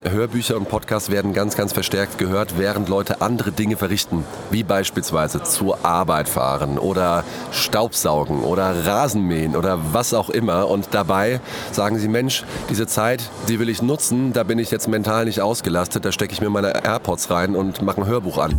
Hörbücher und Podcasts werden ganz, ganz verstärkt gehört, während Leute andere Dinge verrichten, wie beispielsweise zur Arbeit fahren oder Staubsaugen oder Rasenmähen oder was auch immer. Und dabei sagen sie, Mensch, diese Zeit, die will ich nutzen, da bin ich jetzt mental nicht ausgelastet, da stecke ich mir meine AirPods rein und mache ein Hörbuch an.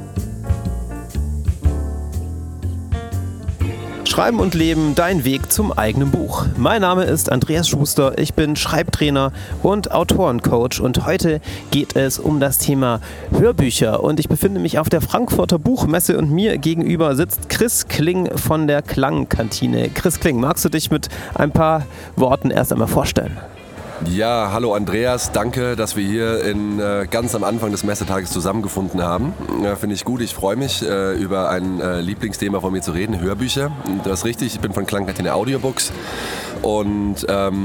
Schreiben und Leben, dein Weg zum eigenen Buch. Mein Name ist Andreas Schuster, ich bin Schreibtrainer und Autorencoach und heute geht es um das Thema Hörbücher und ich befinde mich auf der Frankfurter Buchmesse und mir gegenüber sitzt Chris Kling von der Klangkantine. Chris Kling, magst du dich mit ein paar Worten erst einmal vorstellen? Ja, hallo Andreas, danke, dass wir hier ganz am Anfang des Messetages zusammengefunden haben. Finde ich gut, ich freue mich, über ein Lieblingsthema von mir zu reden, Hörbücher. Das ist richtig, ich bin von Klangkantine Audiobooks und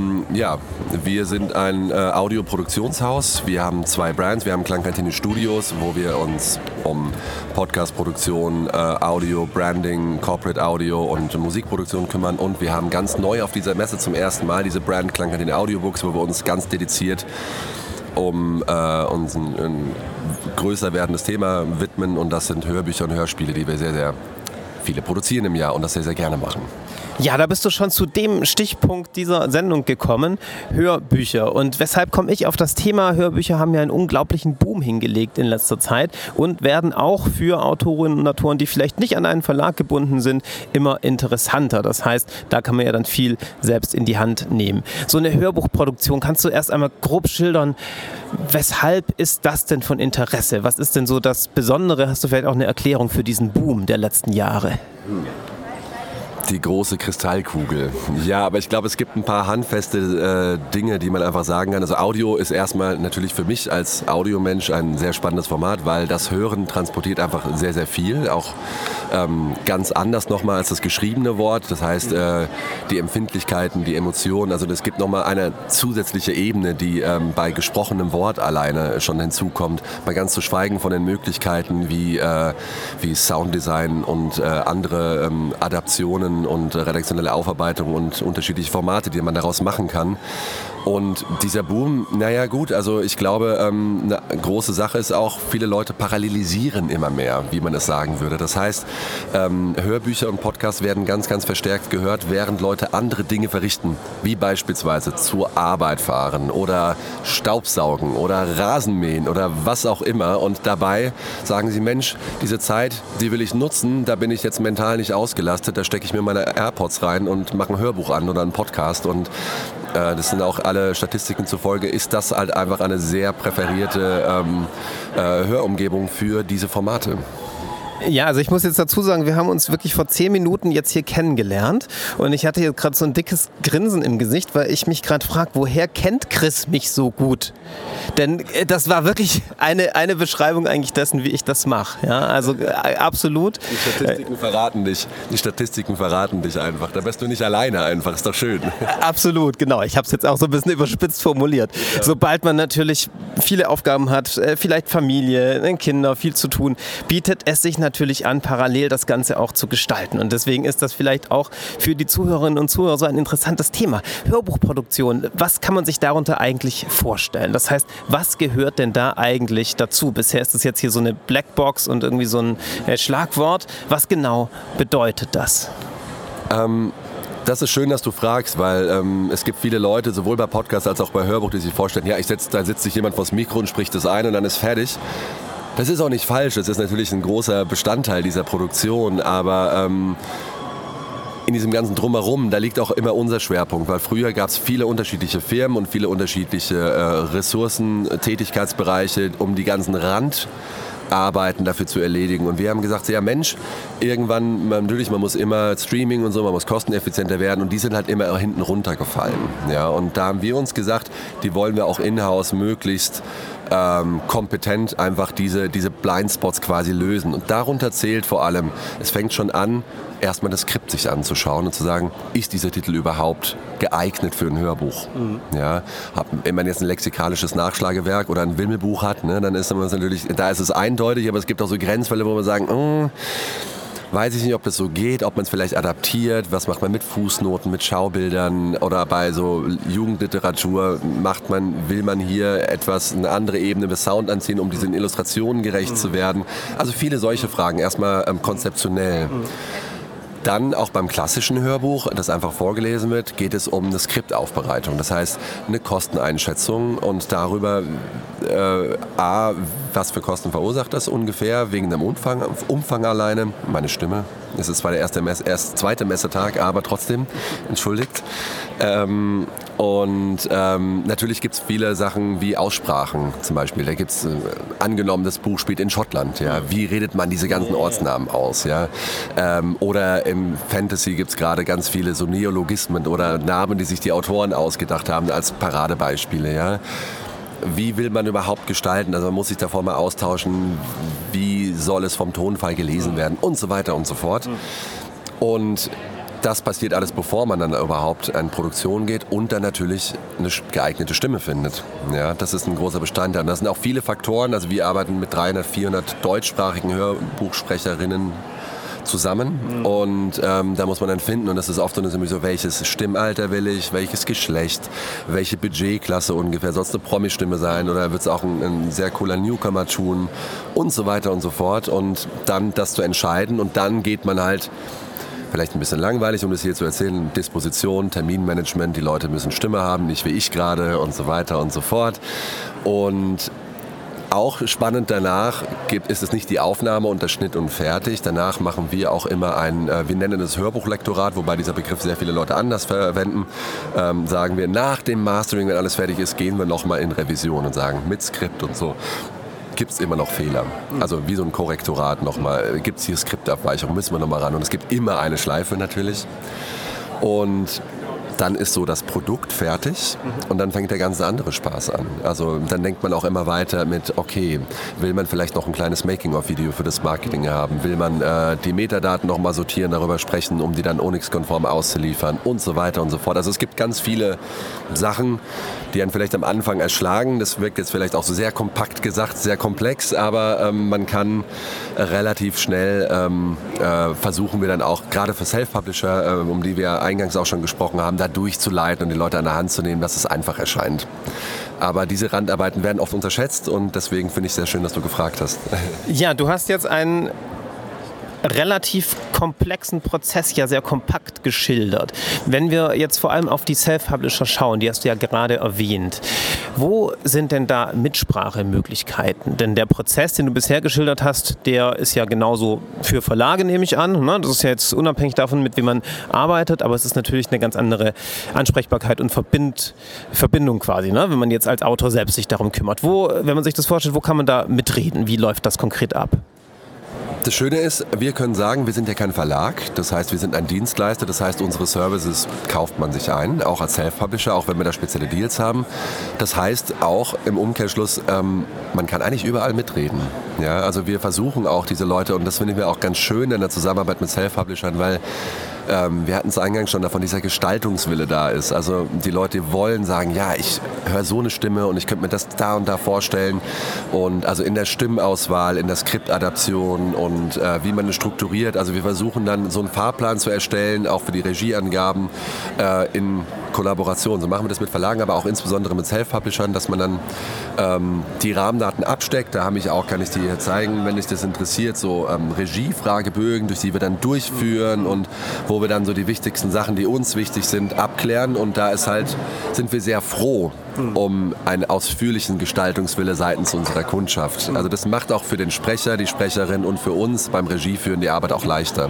wir sind ein Audioproduktionshaus. Wir haben 2 Brands, wir haben Klangkantine Studios, wo wir uns um Podcast-Produktion, Audio, Branding, Corporate Audio und Musikproduktion kümmern und wir haben ganz neu auf dieser Messe zum ersten Mal diese Brand Klangkantine Audiobooks, wo wir uns ganz dediziert um uns ein größer werdendes Thema widmen und das sind Hörbücher und Hörspiele, die wir sehr, sehr viele produzieren im Jahr und das sehr, sehr gerne machen. Ja, da bist du schon zu dem Stichpunkt dieser Sendung gekommen, Hörbücher. Und weshalb komme ich auf das Thema? Hörbücher haben ja einen unglaublichen Boom hingelegt in letzter Zeit und werden auch für Autorinnen und Autoren, die vielleicht nicht an einen Verlag gebunden sind, immer interessanter. Das heißt, da kann man ja dann viel selbst in die Hand nehmen. So eine Hörbuchproduktion, kannst du erst einmal grob schildern, weshalb ist das denn von Interesse? Was ist denn so das Besondere? Hast du vielleicht auch eine Erklärung für diesen Boom der letzten Jahre? Die große Kristallkugel. Ja, aber ich glaube, es gibt ein paar handfeste Dinge, die man einfach sagen kann. Also Audio ist erstmal natürlich für mich als Audiomensch ein sehr spannendes Format, weil das Hören transportiert einfach sehr, sehr viel. Auch ganz anders nochmal als das geschriebene Wort. Das heißt, die Empfindlichkeiten, die Emotionen. Also es gibt nochmal eine zusätzliche Ebene, die bei gesprochenem Wort alleine schon hinzukommt. Mal ganz zu schweigen von den Möglichkeiten wie Sounddesign und andere Adaptionen und redaktionelle Aufarbeitung und unterschiedliche Formate, die man daraus machen kann. Und dieser Boom, naja gut, also ich glaube, eine große Sache ist auch, viele Leute parallelisieren immer mehr, wie man es sagen würde. Das heißt, Hörbücher und Podcasts werden ganz, ganz verstärkt gehört, während Leute andere Dinge verrichten, wie beispielsweise zur Arbeit fahren oder Staubsaugen oder Rasenmähen oder was auch immer. Und dabei sagen sie, Mensch, diese Zeit, die will ich nutzen, da bin ich jetzt mental nicht ausgelastet, da stecke ich mir meine AirPods rein und mache ein Hörbuch an oder einen Podcast und das sind auch alle Statistiken zufolge, ist das halt einfach eine sehr präferierte Hörumgebung für diese Formate. Ja, also ich muss jetzt dazu sagen, wir haben uns wirklich vor 10 Minuten jetzt hier kennengelernt und ich hatte jetzt gerade so ein dickes Grinsen im Gesicht, weil ich mich gerade frage, woher kennt Chris mich so gut? Denn das war wirklich eine Beschreibung eigentlich dessen, wie ich das mache. Ja, also absolut. Die Statistiken verraten dich. Die Statistiken verraten dich einfach. Da bist du nicht alleine einfach. Ist doch schön. Absolut, genau. Ich habe es jetzt auch so ein bisschen überspitzt formuliert. Ja. Sobald man natürlich viele Aufgaben hat, vielleicht Familie, Kinder, viel zu tun, bietet es sich natürlich an, parallel das Ganze auch zu gestalten. Und deswegen ist das vielleicht auch für die Zuhörerinnen und Zuhörer so ein interessantes Thema. Hörbuchproduktion, was kann man sich darunter eigentlich vorstellen? Das heißt, was gehört denn da eigentlich dazu? Bisher ist es jetzt hier so eine Blackbox und irgendwie so ein Schlagwort. Was genau bedeutet das? Das ist schön, dass du fragst, weil es gibt viele Leute, sowohl bei Podcasts als auch bei Hörbuch, die sich vorstellen, ja, da sitzt sich jemand vors Mikro und spricht das ein und dann ist fertig. Das ist auch nicht falsch, das ist natürlich ein großer Bestandteil dieser Produktion, aber in diesem ganzen Drumherum, da liegt auch immer unser Schwerpunkt, weil früher gab es viele unterschiedliche Firmen und viele unterschiedliche Ressourcen, Tätigkeitsbereiche, um die ganzen Arbeiten dafür zu erledigen. Und wir haben gesagt, ja Mensch, irgendwann, natürlich, man muss immer Streaming und so, man muss kosteneffizienter werden und die sind halt immer hinten runtergefallen. Ja, und da haben wir uns gesagt, die wollen wir auch in-house möglichst kompetent einfach diese Blindspots quasi lösen. Und darunter zählt vor allem, es fängt schon an, erstmal das Skript sich anzuschauen und zu sagen, ist dieser Titel überhaupt geeignet für ein Hörbuch? Mhm. Ja, wenn man jetzt ein lexikalisches Nachschlagewerk oder ein Wimmelbuch hat, ne, dann ist es natürlich, da ist es eindeutig, aber es gibt auch so Grenzfälle, wo man sagen, weiß ich nicht, ob das so geht, ob man es vielleicht adaptiert, was macht man mit Fußnoten, mit Schaubildern oder bei so Jugendliteratur will man hier eine andere Ebene des Sound anziehen, um diesen Illustrationen gerecht zu werden. Also viele solche Fragen, erstmal konzeptionell. Dann auch beim klassischen Hörbuch, das einfach vorgelesen wird, geht es um eine Skriptaufbereitung. Das heißt, eine Kosteneinschätzung und darüber, was für Kosten verursacht das ungefähr, wegen dem Umfang alleine. Meine Stimme, es ist zwar der zweite Messetag, aber trotzdem, entschuldigt. Natürlich gibt es viele Sachen wie Aussprachen zum Beispiel. Da gibt es, angenommen, das Buch spielt in Schottland. Ja? Wie redet man diese ganzen Ortsnamen aus? Ja? Oder im Fantasy gibt es gerade ganz viele so Neologismen oder Namen, die sich die Autoren ausgedacht haben als Paradebeispiele. Ja? Wie will man überhaupt gestalten? Also man muss sich davor mal austauschen, wie soll es vom Tonfall gelesen werden und so weiter und so fort. Und das passiert alles, bevor man dann überhaupt in Produktion geht und dann natürlich eine geeignete Stimme findet. Ja, das ist ein großer Bestandteil. Und das sind auch viele Faktoren. Also wir arbeiten mit 300, 400 deutschsprachigen Hörbuchsprecherinnen zusammen und da muss man dann finden, und das ist oft so, welches Stimmalter will ich, welches Geschlecht, welche Budgetklasse ungefähr, soll es eine Promi-Stimme sein oder wird es auch ein sehr cooler Newcomer tun und so weiter und so fort, und dann das zu entscheiden, und dann geht man halt, vielleicht ein bisschen langweilig, um das hier zu erzählen, Disposition, Terminmanagement, die Leute müssen Stimme haben, nicht wie ich gerade und so weiter und so fort. Und auch spannend danach ist es nicht die Aufnahme und der Schnitt und fertig. Danach machen wir auch immer wir nennen es Hörbuchlektorat, wobei dieser Begriff sehr viele Leute anders verwenden. Sagen wir, nach dem Mastering, wenn alles fertig ist, gehen wir nochmal in Revision und sagen, mit Skript und so gibt es immer noch Fehler. Also wie so ein Korrektorat nochmal, gibt es hier Skriptabweichungen, müssen wir nochmal ran. Und es gibt immer eine Schleife natürlich. Und dann ist so das Produkt fertig und dann fängt der ganze andere Spaß an. Also dann denkt man auch immer weiter mit, okay, will man vielleicht noch ein kleines Making-of-Video für das Marketing haben? Will man die Metadaten nochmal sortieren, darüber sprechen, um die dann Onyx-konform auszuliefern und so weiter und so fort. Also es gibt ganz viele Sachen, die einen vielleicht am Anfang erschlagen. Das wirkt jetzt vielleicht auch so sehr kompakt gesagt, sehr komplex, aber man kann relativ schnell, versuchen wir dann auch, gerade für Self-Publisher, um die wir eingangs auch schon gesprochen haben, da durchzuleiten und die Leute an der Hand zu nehmen, dass es einfach erscheint. Aber diese Randarbeiten werden oft unterschätzt und deswegen finde ich es sehr schön, dass du gefragt hast. Ja, du hast jetzt einen relativ komplexen Prozess ja sehr kompakt geschildert. Wenn wir jetzt vor allem auf die Self-Publisher schauen, die hast du ja gerade erwähnt, wo sind denn da Mitsprachemöglichkeiten? Denn der Prozess, den du bisher geschildert hast, der ist ja genauso für Verlage, nehme ich an. Ne? Das ist ja jetzt unabhängig davon, mit wem man arbeitet, aber es ist natürlich eine ganz andere Ansprechbarkeit und Verbindung quasi, ne? Wenn man jetzt als Autor selbst sich darum kümmert. Wenn man sich das vorstellt, wo kann man da mitreden? Wie läuft das konkret ab? Das Schöne ist, wir können sagen, wir sind ja kein Verlag. Das heißt, wir sind ein Dienstleister. Das heißt, unsere Services kauft man sich ein, auch als Self-Publisher, auch wenn wir da spezielle Deals haben. Das heißt auch im Umkehrschluss, man kann eigentlich überall mitreden. Ja, also wir versuchen auch diese Leute, und das finden wir auch ganz schön in der Zusammenarbeit mit Self-Publishern, weil wir hatten es eingangs schon davon, dieser Gestaltungswille da ist. Also die Leute wollen sagen, ja, ich höre so eine Stimme und ich könnte mir das da und da vorstellen. Und also in der Stimmauswahl, in der Skriptadaption und wie man es strukturiert. Also wir versuchen dann so einen Fahrplan zu erstellen, auch für die Regieangaben in Kollaboration. So machen wir das mit Verlagen, aber auch insbesondere mit Self-Publishern, dass man dann die Rahmendaten absteckt. Da kann ich die hier zeigen, wenn dich das interessiert, so Regiefragebögen, durch die wir dann durchführen und wo wir dann so die wichtigsten Sachen, die uns wichtig sind, abklären. Und da sind wir sehr froh um einen ausführlichen Gestaltungswille seitens unserer Kundschaft. Also das macht auch für den Sprecher, die Sprecherin und für uns beim Regieführen die Arbeit auch leichter.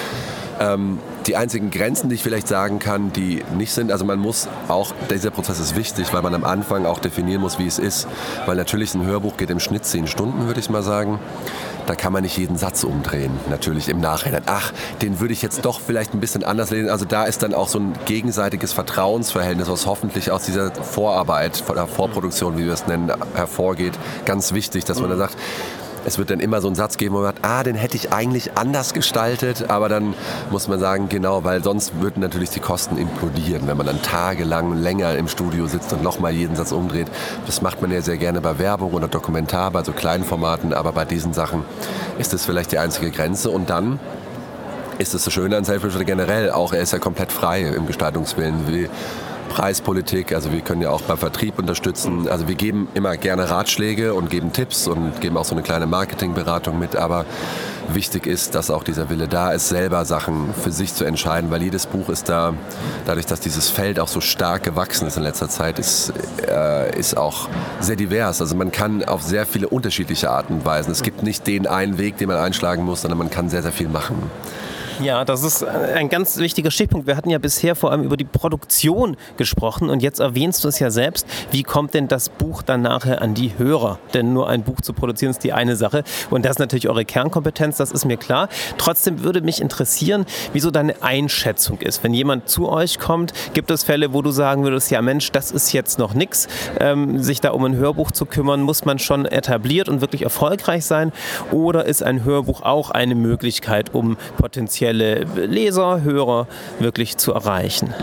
Die einzigen Grenzen, die ich vielleicht sagen kann, die nicht sind, also dieser Prozess ist wichtig, weil man am Anfang auch definieren muss, wie es ist. Weil natürlich ein Hörbuch geht im Schnitt 10 Stunden, würde ich mal sagen. Da kann man nicht jeden Satz umdrehen, natürlich im Nachhinein. Ach, den würde ich jetzt doch vielleicht ein bisschen anders lesen. Also da ist dann auch so ein gegenseitiges Vertrauensverhältnis, was hoffentlich aus dieser Vorarbeit, von der Vorproduktion, wie wir es nennen, hervorgeht. Ganz wichtig, dass man dann sagt, es wird dann immer so einen Satz geben, wo man sagt, den hätte ich eigentlich anders gestaltet, aber dann muss man sagen, genau, weil sonst würden natürlich die Kosten implodieren, wenn man dann tagelang länger im Studio sitzt und nochmal jeden Satz umdreht. Das macht man ja sehr gerne bei Werbung oder Dokumentar, bei so kleinen Formaten, aber bei diesen Sachen ist das vielleicht die einzige Grenze. Und dann ist das Schöne an Self-Publishing generell auch, er ist ja komplett frei im Gestaltungswillen, wie Preispolitik, also wir können ja auch beim Vertrieb unterstützen, also wir geben immer gerne Ratschläge und geben Tipps und geben auch so eine kleine Marketingberatung mit, aber wichtig ist, dass auch dieser Wille da ist, selber Sachen für sich zu entscheiden, weil jedes Buch ist da, dadurch, dass dieses Feld auch so stark gewachsen ist in letzter Zeit, ist auch sehr divers. Also man kann auf sehr viele unterschiedliche Arten und Weisen. Es gibt nicht den einen Weg, den man einschlagen muss, sondern man kann sehr, sehr viel machen. Ja, das ist ein ganz wichtiger Stichpunkt. Wir hatten ja bisher vor allem über die Produktion gesprochen und jetzt erwähnst du es ja selbst. Wie kommt denn das Buch dann nachher an die Hörer? Denn nur ein Buch zu produzieren ist die eine Sache und das ist natürlich eure Kernkompetenz, das ist mir klar. Trotzdem würde mich interessieren, wie so deine Einschätzung ist. Wenn jemand zu euch kommt, gibt es Fälle, wo du sagen würdest, ja Mensch, das ist jetzt noch nichts, sich da um ein Hörbuch zu kümmern, muss man schon etabliert und wirklich erfolgreich sein? Oder ist ein Hörbuch auch eine Möglichkeit, um potenziell Leser, Hörer wirklich zu erreichen?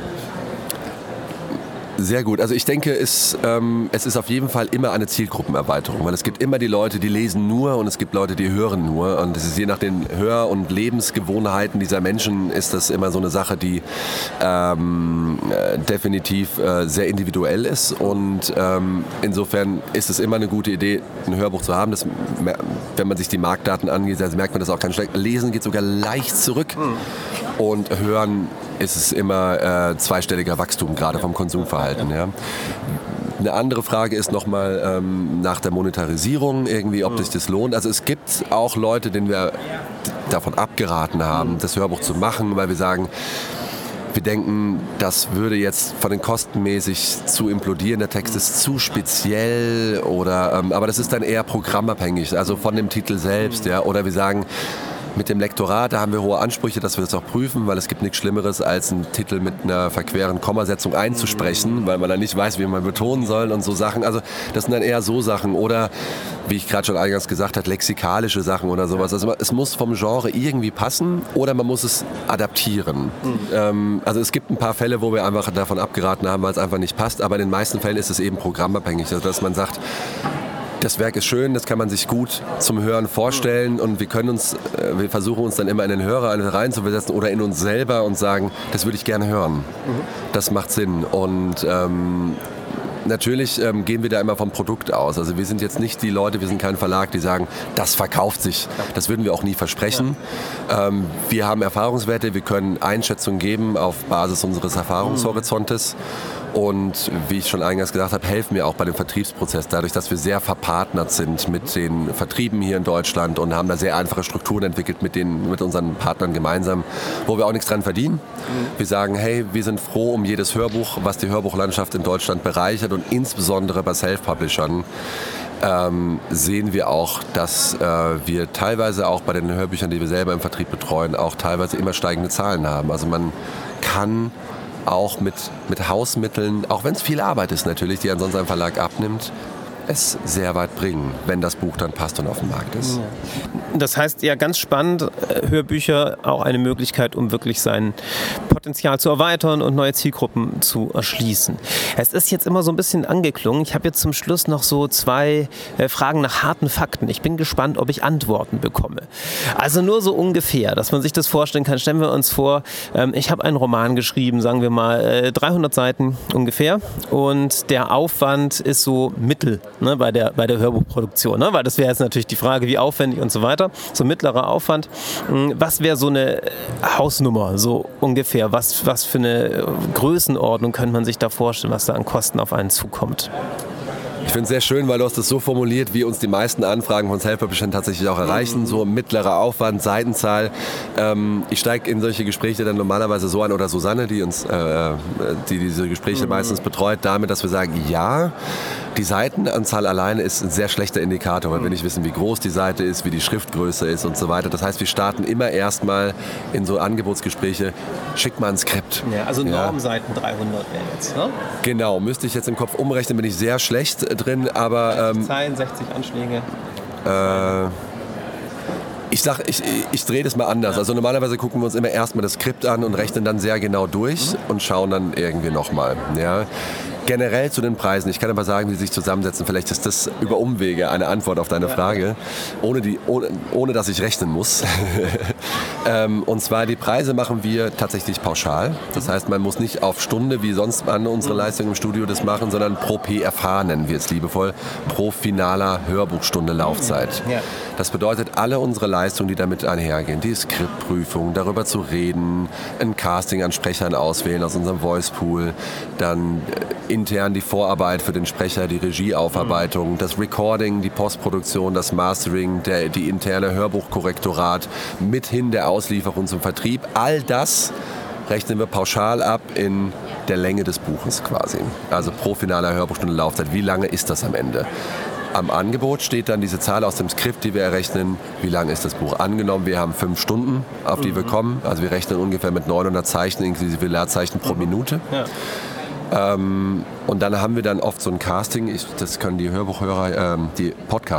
Sehr gut. Also ich denke, es ist auf jeden Fall immer eine Zielgruppenerweiterung, weil es gibt immer die Leute, die lesen nur und es gibt Leute, die hören nur. Und es ist je nach den Hör- und Lebensgewohnheiten dieser Menschen ist das immer so eine Sache, die definitiv sehr individuell ist. Und insofern ist es immer eine gute Idee, ein Hörbuch zu haben. Das, wenn man sich die Marktdaten angeht, also merkt man das auch ganz schlecht. Lesen geht sogar leicht zurück und Hören ist es immer zweistelliger Wachstum, gerade vom Konsumverhalten. Ja. Eine andere Frage ist nochmal nach der Monetarisierung, irgendwie, ob sich das lohnt. Also es gibt auch Leute, denen wir davon abgeraten haben, das Hörbuch zu machen, weil wir sagen, wir denken, das würde jetzt von den Kosten mäßig zu implodieren. Der Text ist zu speziell oder, aber das ist dann eher programmabhängig, also von dem Titel selbst. Ja, oder wir sagen, mit dem Lektorat, da haben wir hohe Ansprüche, dass wir das auch prüfen, weil es gibt nichts Schlimmeres, als einen Titel mit einer verqueren Kommasetzung einzusprechen, weil man dann nicht weiß, wie man betonen soll und so Sachen. Also das sind dann eher so Sachen oder, wie ich gerade schon eingangs gesagt habe, lexikalische Sachen oder sowas. Also es muss vom Genre irgendwie passen oder man muss es adaptieren. Also es gibt ein paar Fälle, wo wir einfach davon abgeraten haben, weil es einfach nicht passt, aber in den meisten Fällen ist es eben programmabhängig, also dass man sagt, das Werk ist schön, das kann man sich gut zum Hören vorstellen und wir versuchen uns dann immer in den Hörer reinzuversetzen oder in uns selber und sagen, das würde ich gerne hören. Das macht Sinn und natürlich gehen wir da immer vom Produkt aus. Also wir sind jetzt nicht die Leute, wir sind kein Verlag, die sagen, das verkauft sich. Das würden wir auch nie versprechen. Wir haben Erfahrungswerte, wir können Einschätzungen geben auf Basis unseres Erfahrungshorizontes. Und wie ich schon eingangs gesagt habe, helfen wir auch bei dem Vertriebsprozess, dadurch, dass wir sehr verpartnert sind mit den Vertrieben hier in Deutschland und haben da sehr einfache Strukturen entwickelt mit unseren Partnern gemeinsam, wo wir auch nichts dran verdienen. Wir sagen, hey, wir sind froh um jedes Hörbuch, was die Hörbuchlandschaft in Deutschland bereichert und insbesondere bei Self-Publishern sehen wir auch, dass wir teilweise auch bei den Hörbüchern, die wir selber im Vertrieb betreuen, auch teilweise immer steigende Zahlen haben. Also man kann auch mit Hausmitteln, auch wenn es viel Arbeit ist natürlich, die ansonsten ein Verlag abnimmt, es sehr weit bringen, wenn das Buch dann passt und auf dem Markt ist. Das heißt, ja, ganz spannend, Hörbücher auch eine Möglichkeit, um wirklich sein Potenzial zu erweitern und neue Zielgruppen zu erschließen. Es ist jetzt immer so ein bisschen angeklungen. Ich habe jetzt zum Schluss noch so 2 Fragen nach harten Fakten. Ich bin gespannt, ob ich Antworten bekomme. Also nur so ungefähr, dass man sich das vorstellen kann. Stellen wir uns vor, ich habe einen Roman geschrieben, sagen wir mal 300 Seiten ungefähr und der Aufwand ist so mittel. Ne, bei der Hörbuchproduktion, ne? Weil das wäre jetzt natürlich die Frage, wie aufwendig und so weiter. So mittlerer Aufwand. Was wäre so eine Hausnummer, so ungefähr? Was für eine Größenordnung könnte man sich da vorstellen, was da an Kosten auf einen zukommt? Ich finde es sehr schön, weil du hast es so formuliert, wie uns die meisten Anfragen von Self-Publishern tatsächlich auch erreichen. So mittlerer Aufwand, Seitenzahl. Ich steige in solche Gespräche dann normalerweise so an, oder Susanne, die diese Gespräche meistens betreut, damit, dass wir sagen, ja, die Seitenanzahl alleine ist ein sehr schlechter Indikator, weil wir nicht wissen, wie groß die Seite ist, wie die Schriftgröße ist und so weiter. Das heißt, wir starten immer erstmal in so Angebotsgespräche, schick mal ein Skript. Ja, also Normseiten 300 wäre jetzt, ne? Genau, müsste ich jetzt im Kopf umrechnen, bin ich sehr schlecht drin, aber... 60 Zeilen, 60 Anschläge. Ich drehe das mal anders. Also normalerweise gucken wir uns immer erstmal das Skript an und rechnen dann sehr genau durch und schauen dann irgendwie nochmal. Ja. Generell zu den Preisen, ich kann aber sagen, wie sie sich zusammensetzen. Vielleicht ist das über Umwege eine Antwort auf deine Frage, ohne dass ich rechnen muss. Und zwar die Preise machen wir tatsächlich pauschal. Das heißt, man muss nicht auf Stunde wie sonst an unsere Leistung im Studio das machen, sondern pro PFH nennen wir es liebevoll, pro finaler Hörbuchstunde Laufzeit. Das bedeutet, alle unsere Leistungen, die damit einhergehen, die Skriptprüfung, darüber zu reden, ein Casting an Sprechern auswählen aus unserem Voice Pool, dann intern die Vorarbeit für den Sprecher, die Regieaufarbeitung, das Recording, die Postproduktion, das Mastering, die interne Hörbuchkorrektorat, mithin der Auslieferung zum Vertrieb. All das rechnen wir pauschal ab in der Länge des Buches quasi. Also pro finaler Hörbuchstunde Laufzeit. Wie lange ist das am Ende? Am Angebot steht dann diese Zahl aus dem Skript, die wir errechnen. Wie lang ist das Buch? Angenommen, wir haben 5 Stunden, auf die wir kommen. Also wir rechnen ungefähr mit 900 Zeichen inklusive Leerzeichen pro Minute. Ja. Und dann haben wir dann oft so ein Casting, das können die Hörbuchhörer, die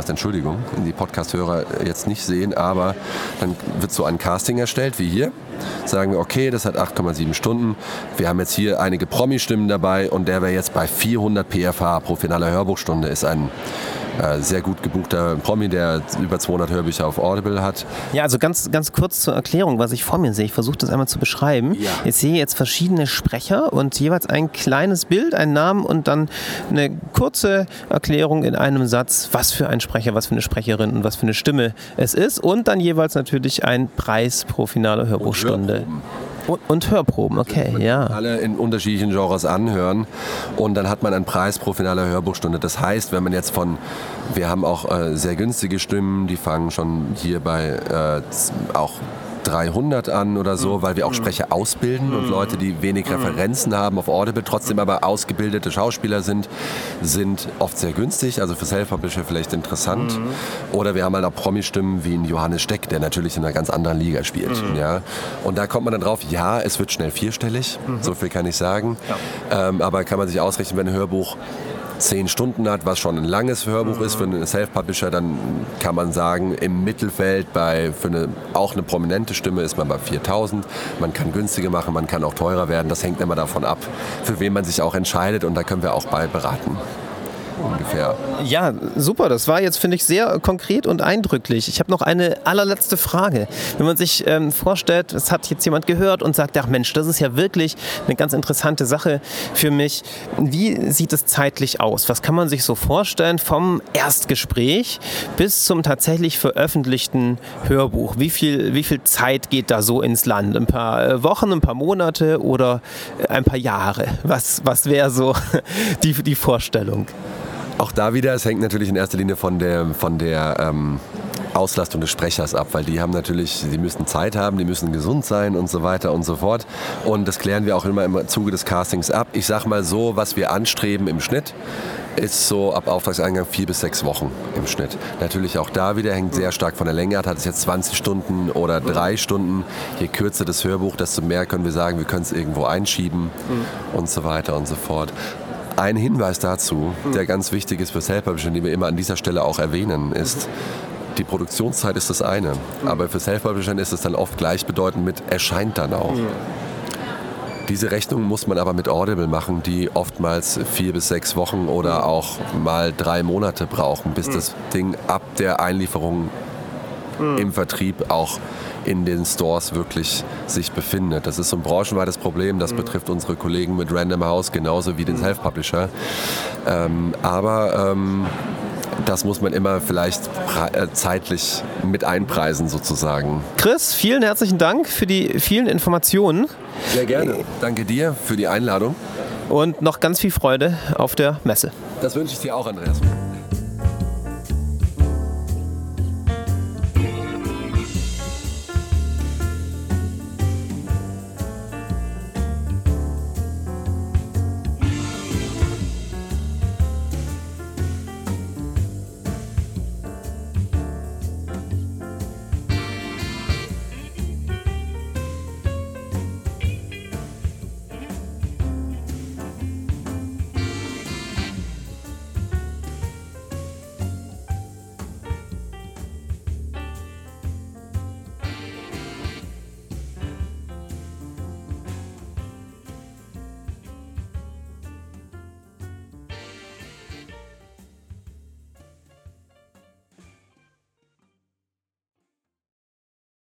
Podcast-Hörer jetzt nicht sehen, aber dann wird so ein Casting erstellt, wie hier. Sagen wir, okay, das hat 8,7 Stunden. Wir haben jetzt hier einige Promi-Stimmen dabei und der wäre jetzt bei 400 PFH pro finaler Hörbuchstunde, ist ein sehr gut gebuchter Promi, der über 200 Hörbücher auf Audible hat. Ja, also ganz kurz zur Erklärung, was ich vor mir sehe. Ich versuche das einmal zu beschreiben. Ja. Ich sehe jetzt verschiedene Sprecher und jeweils ein kleines Bild, einen Namen und dann eine kurze Erklärung in einem Satz, was für ein Sprecher, was für eine Sprecherin und was für eine Stimme es ist. Und dann jeweils natürlich ein Preis pro finale Hörbuchstunde. Und Hörproben, okay, ja. Alle in unterschiedlichen Genres anhören und dann hat man einen Preis pro finale Hörbuchstunde. Das heißt, wenn man jetzt wir haben auch sehr günstige Stimmen, die fangen schon hier bei auch 300 an oder so, weil wir auch Sprecher ausbilden und Leute, die wenig Referenzen haben auf Audible, trotzdem aber ausgebildete Schauspieler sind oft sehr günstig, also für Self-Publisher vielleicht interessant. Oder wir haben halt auch Promi-Stimmen wie ein Johannes Steck, der natürlich in einer ganz anderen Liga spielt. Ja? Und da kommt man dann drauf, ja, es wird schnell vierstellig, so viel kann ich sagen, aber kann man sich ausrechnen, wenn ein Hörbuch 10 Stunden hat, was schon ein langes Hörbuch ist für einen Self-Publisher, dann kann man sagen, im Mittelfeld auch eine prominente Stimme ist man bei 4.000. Man kann günstiger machen, man kann auch teurer werden. Das hängt immer davon ab, für wen man sich auch entscheidet und da können wir auch bei beraten. Ungefähr. Ja, super. Das war jetzt, finde ich, sehr konkret und eindrücklich. Ich habe noch eine allerletzte Frage. Wenn man sich vorstellt, es hat jetzt jemand gehört und sagt, ach Mensch, das ist ja wirklich eine ganz interessante Sache für mich. Wie sieht es zeitlich aus? Was kann man sich so vorstellen vom Erstgespräch bis zum tatsächlich veröffentlichten Hörbuch? Wie viel Zeit geht da so ins Land? Ein paar Wochen, ein paar Monate oder ein paar Jahre? Was wäre so die Vorstellung? Auch da wieder, es hängt natürlich in erster Linie von der Auslastung des Sprechers ab, weil die müssen Zeit haben, die müssen gesund sein und so weiter und so fort. Und das klären wir auch immer im Zuge des Castings ab. Ich sag mal so, was wir anstreben im Schnitt, ist so ab Auftragseingang 4 bis 6 Wochen im Schnitt. Natürlich auch da wieder, hängt sehr stark von der Länge ab. Hat es jetzt 20 Stunden oder 3 Stunden, je kürzer das Hörbuch, desto mehr können wir sagen, wir können es irgendwo einschieben und so weiter und so fort. Ein Hinweis dazu, der ganz wichtig ist für Self-Publisher, den wir immer an dieser Stelle auch erwähnen, ist, die Produktionszeit ist das eine, aber für Self-Publisher ist es dann oft gleichbedeutend mit erscheint dann auch. Diese Rechnung muss man aber mit Audible machen, die oftmals 4 bis 6 Wochen oder auch mal 3 Monate brauchen, bis das Ding ab der Einlieferung im Vertrieb auch in den Stores wirklich sich befindet. Das ist so ein branchenweites Problem, das betrifft unsere Kollegen mit Random House genauso wie den Self-Publisher. Aber das muss man immer vielleicht zeitlich mit einpreisen sozusagen. Chris, vielen herzlichen Dank für die vielen Informationen. Sehr gerne. Danke dir für die Einladung. Und noch ganz viel Freude auf der Messe. Das wünsche ich dir auch, Andreas.